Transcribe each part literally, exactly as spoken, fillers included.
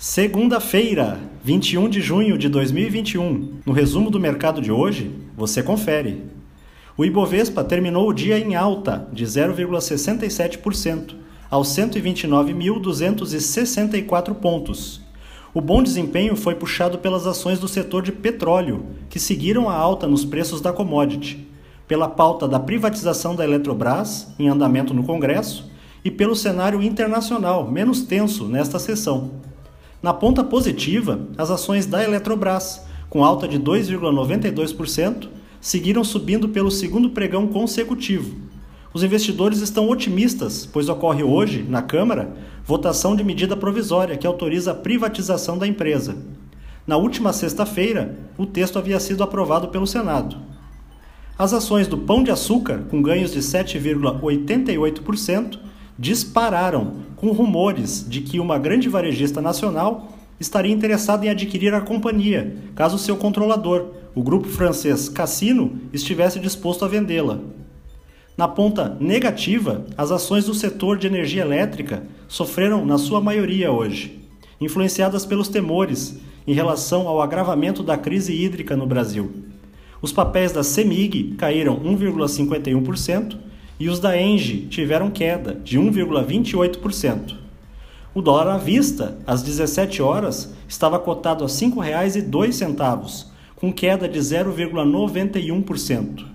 Segunda-feira, vinte e um de junho de dois mil e vinte e um. No resumo do mercado de hoje, você confere. O Ibovespa terminou o dia em alta de zero vírgula sessenta e sete por cento, aos cento e vinte e nove mil duzentos e sessenta e quatro pontos. O bom desempenho foi puxado pelas ações do setor de petróleo, que seguiram a alta nos preços da commodity, pela pauta da privatização da Eletrobras, em andamento no Congresso, e pelo cenário internacional, menos tenso nesta sessão. Na ponta positiva, as ações da Eletrobras, com alta de dois vírgula noventa e dois por cento, seguiram subindo pelo segundo pregão consecutivo. Os investidores estão otimistas, pois ocorre hoje, na Câmara, votação de medida provisória que autoriza a privatização da empresa. Na última sexta-feira, o texto havia sido aprovado pelo Senado. As ações do Pão de Açúcar, com ganhos de sete vírgula oitenta e oito por cento, dispararam, com rumores de que uma grande varejista nacional estaria interessada em adquirir a companhia, caso seu controlador, o grupo francês Cassino, estivesse disposto a vendê-la. Na ponta negativa, as ações do setor de energia elétrica sofreram na sua maioria hoje, influenciadas pelos temores em relação ao agravamento da crise hídrica no Brasil. Os papéis da CEMIG caíram um vírgula cinquenta e um por cento e os da Engie tiveram queda de um vírgula vinte e oito por cento. O dólar à vista, às dezessete horas, estava cotado a cinco reais e dois centavos, com queda de zero vírgula noventa e um por cento.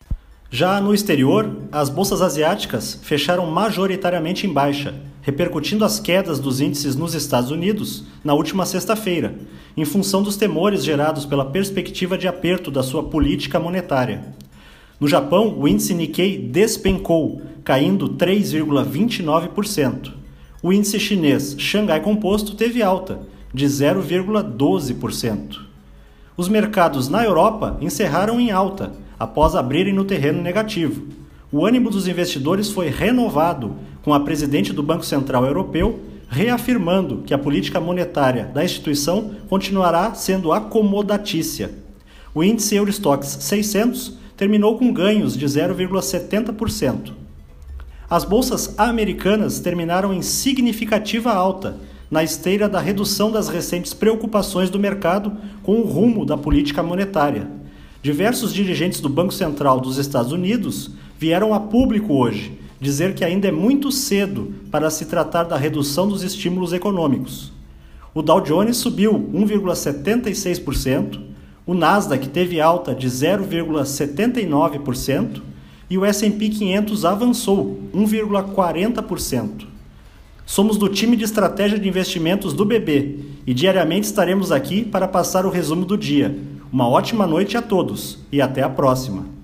Já no exterior, as bolsas asiáticas fecharam majoritariamente em baixa, repercutindo as quedas dos índices nos Estados Unidos na última sexta-feira, em função dos temores gerados pela perspectiva de aperto da sua política monetária. No Japão, o índice Nikkei despencou, caindo três vírgula vinte e nove por cento. O índice chinês Xangai Composto teve alta, de zero vírgula doze por cento. Os mercados na Europa encerraram em alta, após abrirem no terreno negativo. O ânimo dos investidores foi renovado, com a presidente do Banco Central Europeu reafirmando que a política monetária da instituição continuará sendo acomodatícia. O índice Eurostoxx seiscentos terminou com ganhos de zero vírgula setenta por cento. As bolsas americanas terminaram em significativa alta, na esteira da redução das recentes preocupações do mercado com o rumo da política monetária. Diversos dirigentes do Banco Central dos Estados Unidos vieram a público hoje dizer que ainda é muito cedo para se tratar da redução dos estímulos econômicos. O Dow Jones subiu um vírgula setenta e seis por cento, o Nasdaq teve alta de zero vírgula setenta e nove por cento e o S e P quinhentos avançou um vírgula quarenta por cento. Somos do time de estratégia de investimentos do B B e diariamente estaremos aqui para passar o resumo do dia. Uma ótima noite a todos e até a próxima!